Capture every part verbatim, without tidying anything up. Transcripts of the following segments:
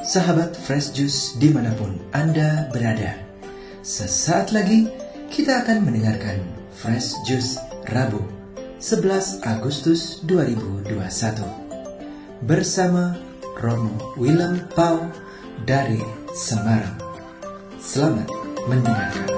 Sahabat Fresh Juice dimanapun Anda berada, sesaat lagi kita akan mendengarkan Fresh Juice Rabu sebelas Agustus dua ribu dua puluh satu bersama Romo Willem Pau dari Semarang. Selamat mendengarkan.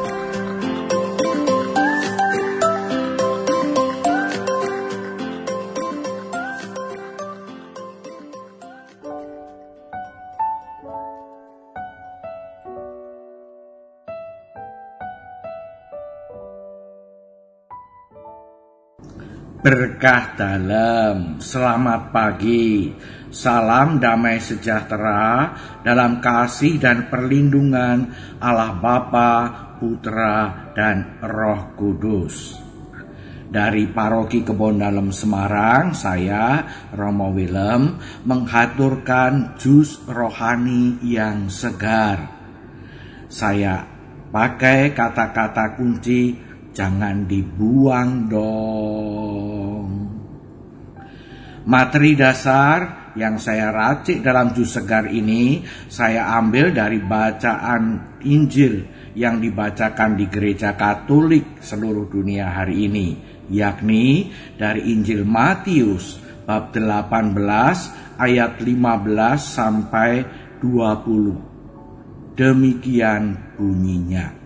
Berkah dalam, selamat pagi, salam damai sejahtera dalam kasih dan perlindungan Allah Bapa, Putra, dan Roh Kudus. Dari Paroki Kebon Dalem Semarang, saya Romo Willem menghaturkan jus rohani yang segar. Saya pakai kata-kata kunci, jangan dibuang dong. Materi dasar yang saya racik dalam jus segar ini saya ambil dari bacaan Injil yang dibacakan di gereja Katolik seluruh dunia hari ini, yakni dari Injil Matius bab delapan belas ayat lima belas sampai dua puluh. Demikian bunyinya.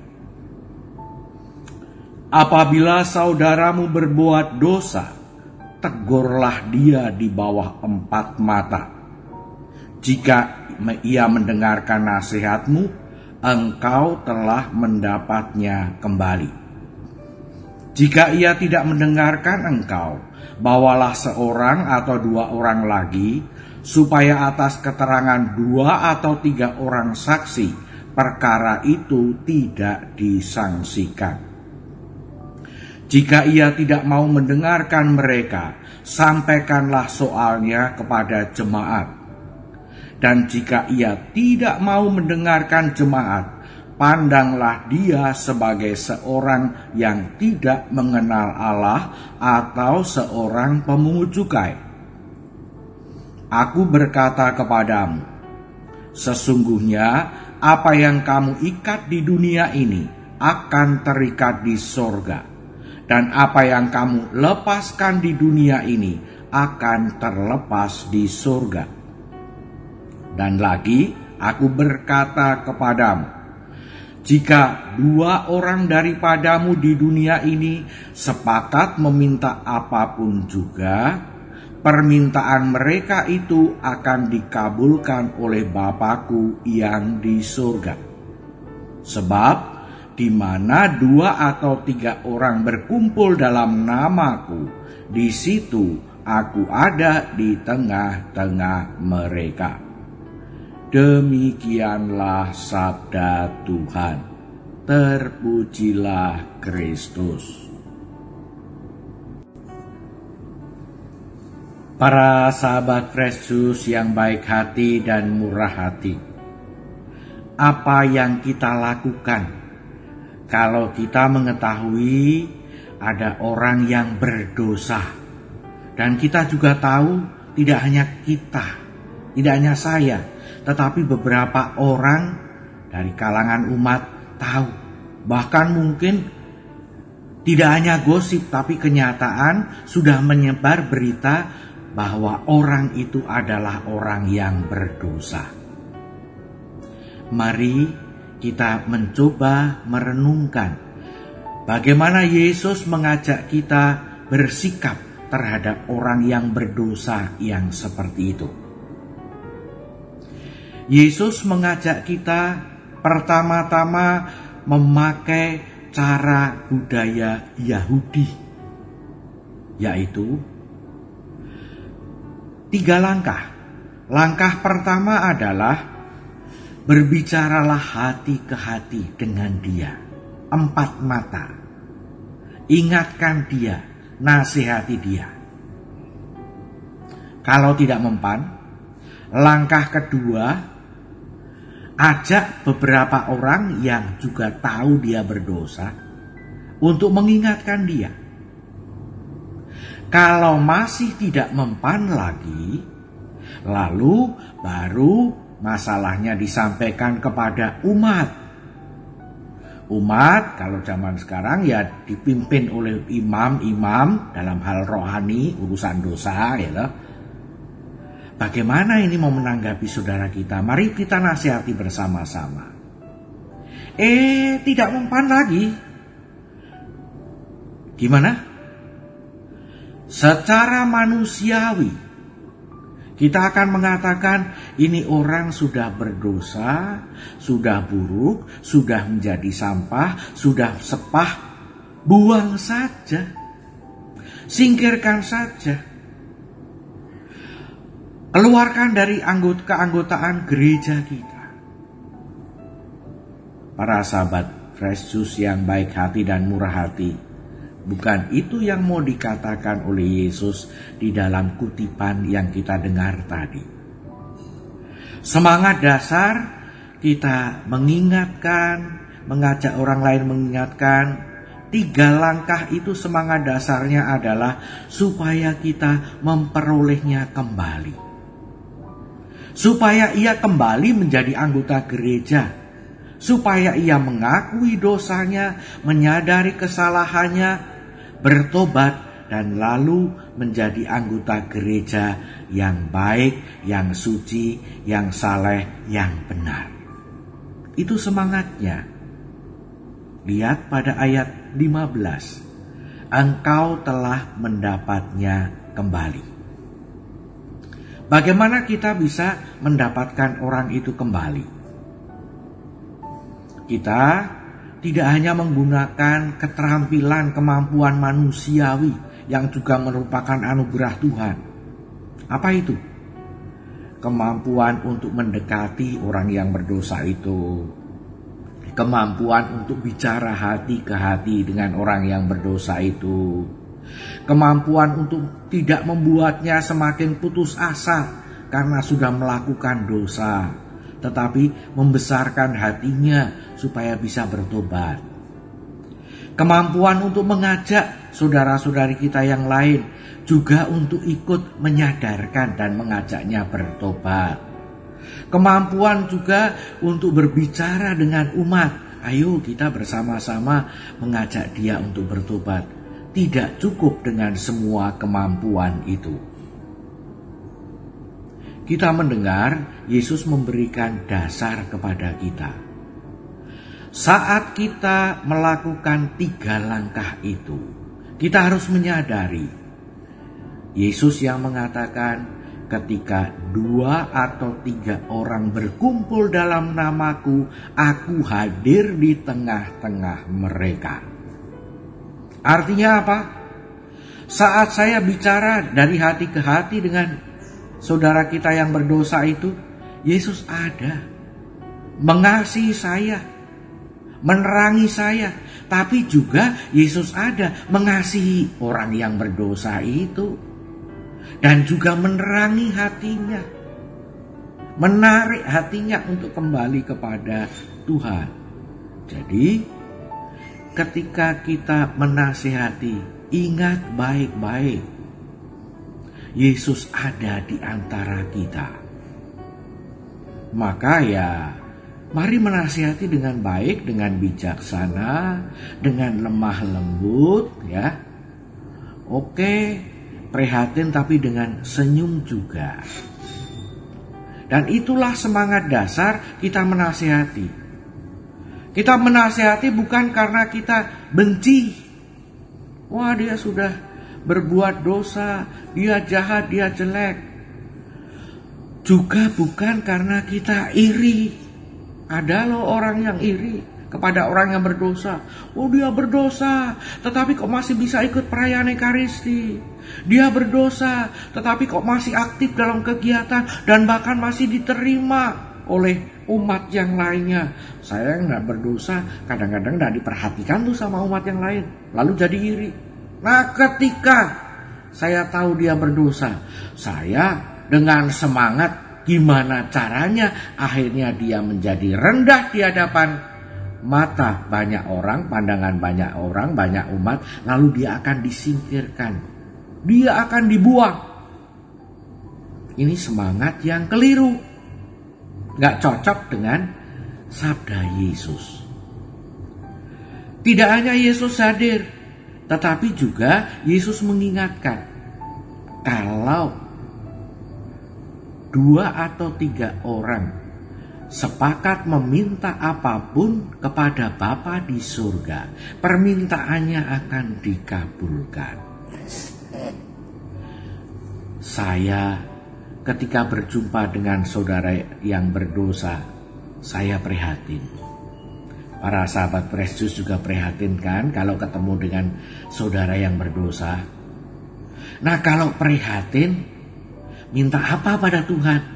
Apabila saudaramu berbuat dosa, tegurlah dia di bawah empat mata. Jika ia mendengarkan nasihatmu, engkau telah mendapatnya kembali. Jika ia tidak mendengarkan engkau, bawalah seorang atau dua orang lagi, supaya atas keterangan dua atau tiga orang saksi, perkara itu tidak disangsikan. Jika ia tidak mau mendengarkan mereka, sampaikanlah soalnya kepada jemaat. Dan jika ia tidak mau mendengarkan jemaat, pandanglah dia sebagai seorang yang tidak mengenal Allah atau seorang pemungut cukai. Aku berkata kepadamu, sesungguhnya apa yang kamu ikat di dunia ini akan terikat di sorga. Dan apa yang kamu lepaskan di dunia ini akan terlepas di surga. Dan lagi aku berkata kepadamu, jika dua orang daripadamu di dunia ini sepakat meminta apapun juga, permintaan mereka itu akan dikabulkan oleh Bapa-Ku yang di surga. Sebab di mana dua atau tiga orang berkumpul dalam namaku, di situ aku ada di tengah-tengah mereka. Demikianlah sabda Tuhan. Terpujilah Kristus. Para sahabat Fresh Juice yang baik hati dan murah hati, apa yang kita lakukan kalau kita mengetahui ada orang yang berdosa, dan kita juga tahu tidak hanya kita, tidak hanya saya, tetapi beberapa orang dari kalangan umat tahu, bahkan mungkin tidak hanya gosip, tapi kenyataan sudah menyebar berita bahwa orang itu adalah orang yang berdosa. Mari kita mencoba merenungkan bagaimana Yesus mengajak kita bersikap terhadap orang yang berdosa yang seperti itu. Yesus mengajak kita pertama-tama memakai cara budaya Yahudi, yaitu tiga langkah. Langkah pertama adalah berbicaralah hati ke hati dengan dia, empat mata. Ingatkan dia, nasihati dia. Kalau tidak mempan, langkah kedua, ajak beberapa orang yang juga tahu dia berdosa untuk mengingatkan dia. Kalau masih tidak mempan lagi, lalu baru masalahnya disampaikan kepada umat. Umat kalau zaman sekarang ya dipimpin oleh imam-imam dalam hal rohani, urusan dosa ya loh. Bagaimana ini mau menanggapi saudara kita? Mari kita nasihati bersama-sama. Eh, tidak mempan lagi. Gimana? Secara manusiawi, kita akan mengatakan ini orang sudah berdosa, sudah buruk, sudah menjadi sampah, sudah sepah. Buang saja. Singkirkan saja. Keluarkan dari anggota keanggotaan gereja kita. Para sahabat Fresh Juice yang baik hati dan murah hati, bukan itu yang mau dikatakan oleh Yesus di dalam kutipan yang kita dengar tadi. Semangat dasar kita mengingatkan, mengajak orang lain mengingatkan. Tiga langkah itu semangat dasarnya adalah supaya kita memperolehnya kembali. Supaya ia kembali menjadi anggota gereja. Supaya ia mengakui dosanya, menyadari kesalahannya, bertobat, dan lalu menjadi anggota gereja yang baik, yang suci, yang saleh, yang benar. Itu semangatnya. Lihat pada ayat lima belas. Engkau telah mendapatnya kembali. Bagaimana kita bisa mendapatkan orang itu kembali? Kita tidak hanya menggunakan keterampilan, kemampuan manusiawi yang juga merupakan anugerah Tuhan. Apa itu? Kemampuan untuk mendekati orang yang berdosa itu. Kemampuan untuk bicara hati ke hati dengan orang yang berdosa itu. Kemampuan untuk tidak membuatnya semakin putus asa karena sudah melakukan dosa, tetapi membesarkan hatinya supaya bisa bertobat. Kemampuan untuk mengajak saudara-saudari kita yang lain juga untuk ikut menyadarkan dan mengajaknya bertobat. Kemampuan juga untuk berbicara dengan umat. Ayo kita bersama-sama mengajak dia untuk bertobat. Tidak cukup dengan semua kemampuan itu. Kita mendengar Yesus memberikan dasar kepada kita. Saat kita melakukan tiga langkah itu, kita harus menyadari Yesus yang mengatakan, ketika dua atau tiga orang berkumpul dalam namaku, aku hadir di tengah-tengah mereka. Artinya apa? Saat saya bicara dari hati ke hati dengan saudara kita yang berdosa itu, Yesus ada, mengasihi saya, menerangi saya, tapi juga Yesus ada mengasihi orang yang berdosa itu, dan juga menerangi hatinya, menarik hatinya untuk kembali kepada Tuhan. Jadi ketika kita menasihati, ingat baik-baik, Yesus ada di antara kita. Maka ya, mari menasihati dengan baik, dengan bijaksana, dengan lemah lembut, ya. Oke, prihatin tapi dengan senyum juga. Dan itulah semangat dasar kita menasihati. Kita menasihati bukan karena kita benci. Wah, dia sudah berbuat dosa, dia jahat, dia jelek. Juga bukan karena kita iri. Ada loh orang yang iri kepada orang yang berdosa. Oh, dia berdosa, tetapi kok masih bisa ikut perayaan Ekaristi. Dia berdosa, tetapi kok masih aktif dalam kegiatan dan bahkan masih diterima oleh umat yang lainnya. Saya yang gak berdosa kadang-kadang gak diperhatikan tuh sama umat yang lain, lalu jadi iri. Nah, ketika saya tahu dia berdosa, saya dengan semangat gimana caranya akhirnya dia menjadi rendah di hadapan mata banyak orang, pandangan banyak orang, banyak umat, lalu dia akan disingkirkan, dia akan dibuang. Ini semangat yang keliru. Nggak cocok dengan sabda Yesus. Tidak hanya Yesus hadir, tetapi juga Yesus mengingatkan, kalau dua atau tiga orang sepakat meminta apapun kepada Bapa di surga, permintaannya akan dikabulkan. Saya ketika berjumpa dengan saudara yang berdosa, saya prihatin. Para sahabat Fresh Juice juga prihatin kan kalau ketemu dengan saudara yang berdosa. Nah, kalau prihatin, minta apa pada Tuhan?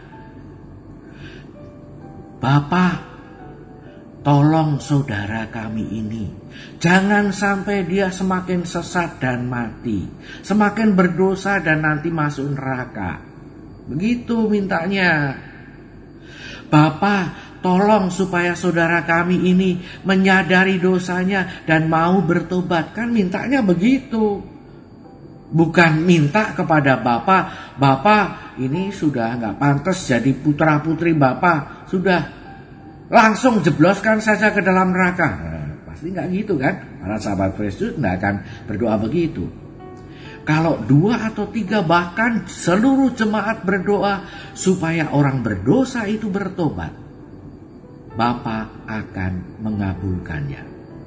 Bapa, tolong saudara kami ini, jangan sampai dia semakin sesat dan mati, semakin berdosa dan nanti masuk neraka. Begitu mintanya. Bapa, tolong supaya saudara kami ini menyadari dosanya dan mau bertobat. Kan mintanya begitu. Bukan minta kepada Bapa, Bapa ini sudah gak pantas jadi putra putri Bapa, sudah langsung jebloskan saja ke dalam neraka. Nah, pasti gak gitu kan. Para sahabat Fresh Juice gak akan berdoa begitu. Kalau dua atau tiga bahkan seluruh jemaat berdoa supaya orang berdosa itu bertobat, Bapa akan mengabulkannya.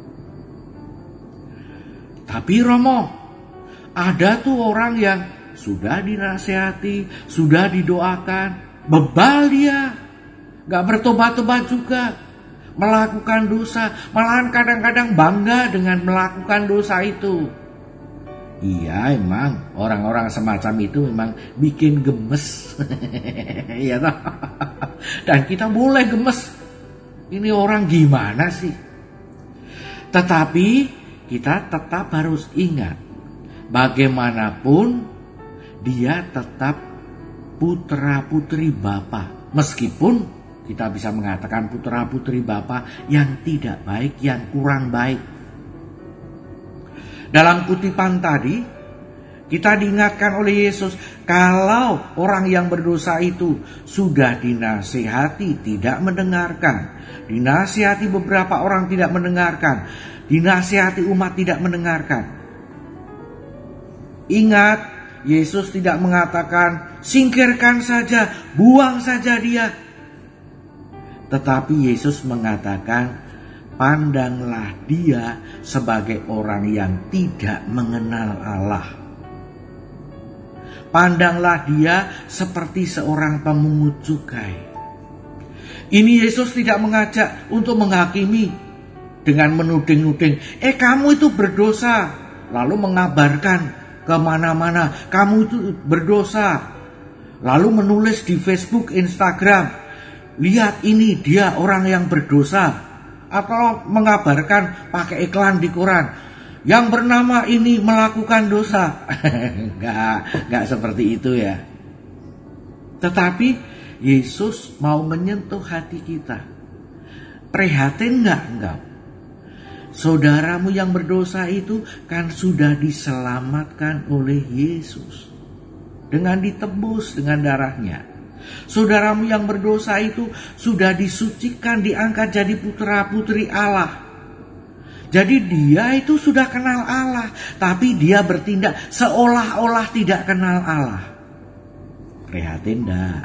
Tapi Romo, ada tuh orang yang sudah dinasihati, sudah didoakan, bebal dia, gak bertobat-tobat juga, melakukan dosa, malahan kadang-kadang bangga dengan melakukan dosa itu. Iya, emang orang-orang semacam itu memang bikin gemes. Iya toh? Dan kita boleh gemes. Ini orang gimana sih? Tetapi kita tetap harus ingat, bagaimanapun dia tetap putra putri Bapa. Meskipun kita bisa mengatakan putra putri Bapa yang tidak baik, yang kurang baik. Dalam kutipan tadi, kita diingatkan oleh Yesus, kalau orang yang berdosa itu sudah dinasihati tidak mendengarkan, dinasihati beberapa orang tidak mendengarkan, dinasihati umat tidak mendengarkan. Ingat, Yesus tidak mengatakan singkirkan saja, buang saja dia. Tetapi Yesus mengatakan, pandanglah dia sebagai orang yang tidak mengenal Allah. Pandanglah dia seperti seorang pemungut cukai. Ini Yesus tidak mengajak untuk menghakimi dengan menuding-nuding. Eh kamu itu berdosa. Lalu mengabarkan kemana-mana, kamu itu berdosa. Lalu menulis di Facebook, Instagram, lihat ini dia orang yang berdosa. Atau mengabarkan pakai iklan di koran, yang bernama ini melakukan dosa. Enggak, enggak seperti itu ya. Tetapi Yesus mau menyentuh hati kita. Prihatin enggak enggak? Saudaramu yang berdosa itu kan sudah diselamatkan oleh Yesus dengan ditebus dengan darahnya. Saudaramu yang berdosa itu sudah disucikan, diangkat jadi putra putri Allah. Jadi dia itu sudah kenal Allah, tapi dia bertindak seolah-olah tidak kenal Allah. Prihatin enggak?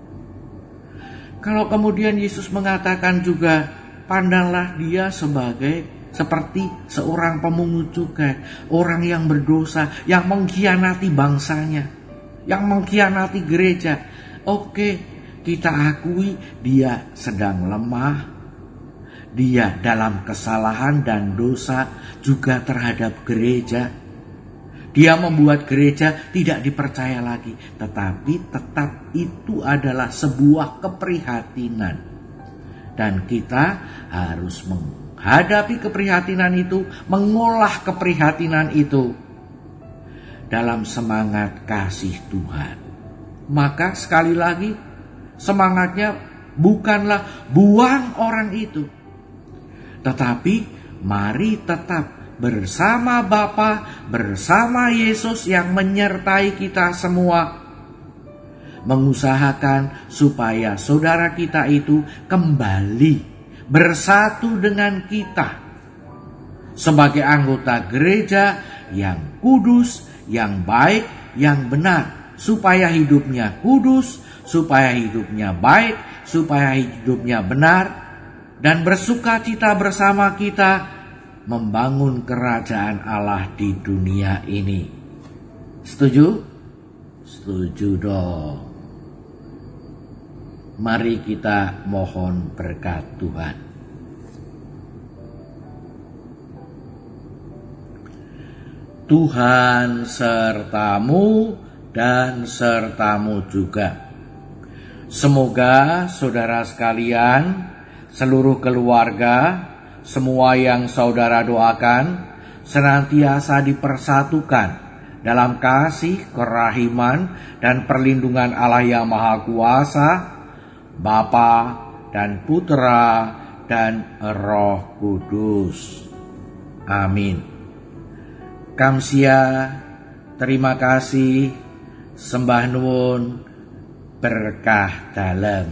Kalau kemudian Yesus mengatakan juga, pandanglah dia sebagai seperti seorang pemungut cukai, orang yang berdosa, yang mengkhianati bangsanya, yang mengkhianati gereja. Oke, kita akui dia sedang lemah, dia dalam kesalahan dan dosa juga terhadap gereja. Dia membuat gereja tidak dipercaya lagi, tetapi tetap itu adalah sebuah keprihatinan. Dan kita harus menghadapi keprihatinan itu, mengolah keprihatinan itu dalam semangat kasih Tuhan. Maka sekali lagi semangatnya bukanlah buang orang itu, tetapi mari tetap bersama Bapa, bersama Yesus yang menyertai kita semua, mengusahakan supaya saudara kita itu kembali bersatu dengan kita sebagai anggota gereja yang kudus, yang baik, yang benar, supaya hidupnya kudus, supaya hidupnya baik, supaya hidupnya benar, dan bersukacita bersama kita membangun kerajaan Allah di dunia ini. Setuju? Setuju dong. Mari kita mohon berkat Tuhan. Tuhan sertamu dan sertamu juga. Semoga saudara sekalian, seluruh keluarga, semua yang saudara doakan senantiasa dipersatukan dalam kasih, kerahiman, dan perlindungan Allah yang Maha Kuasa, Bapa dan Putra dan Roh Kudus. Amin. Kamsia, terima kasih, sembah nuwun, berkah dalem.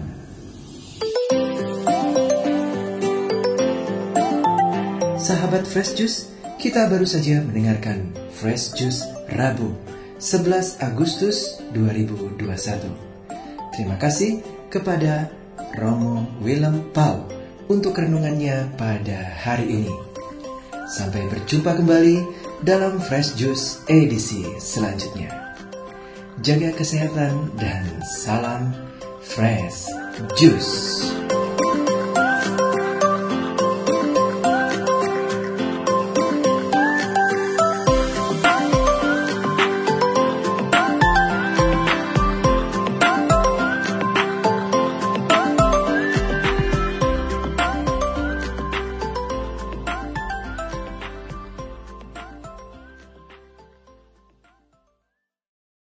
Sahabat Fresh Juice, kita baru saja mendengarkan Fresh Juice Rabu sebelas Agustus dua ribu dua puluh satu. Terima kasih kepada Romo Willem Pau untuk renungannya pada hari ini. Sampai berjumpa kembali dalam Fresh Juice edisi selanjutnya. Jaga kesehatan dan salam Fresh Juice.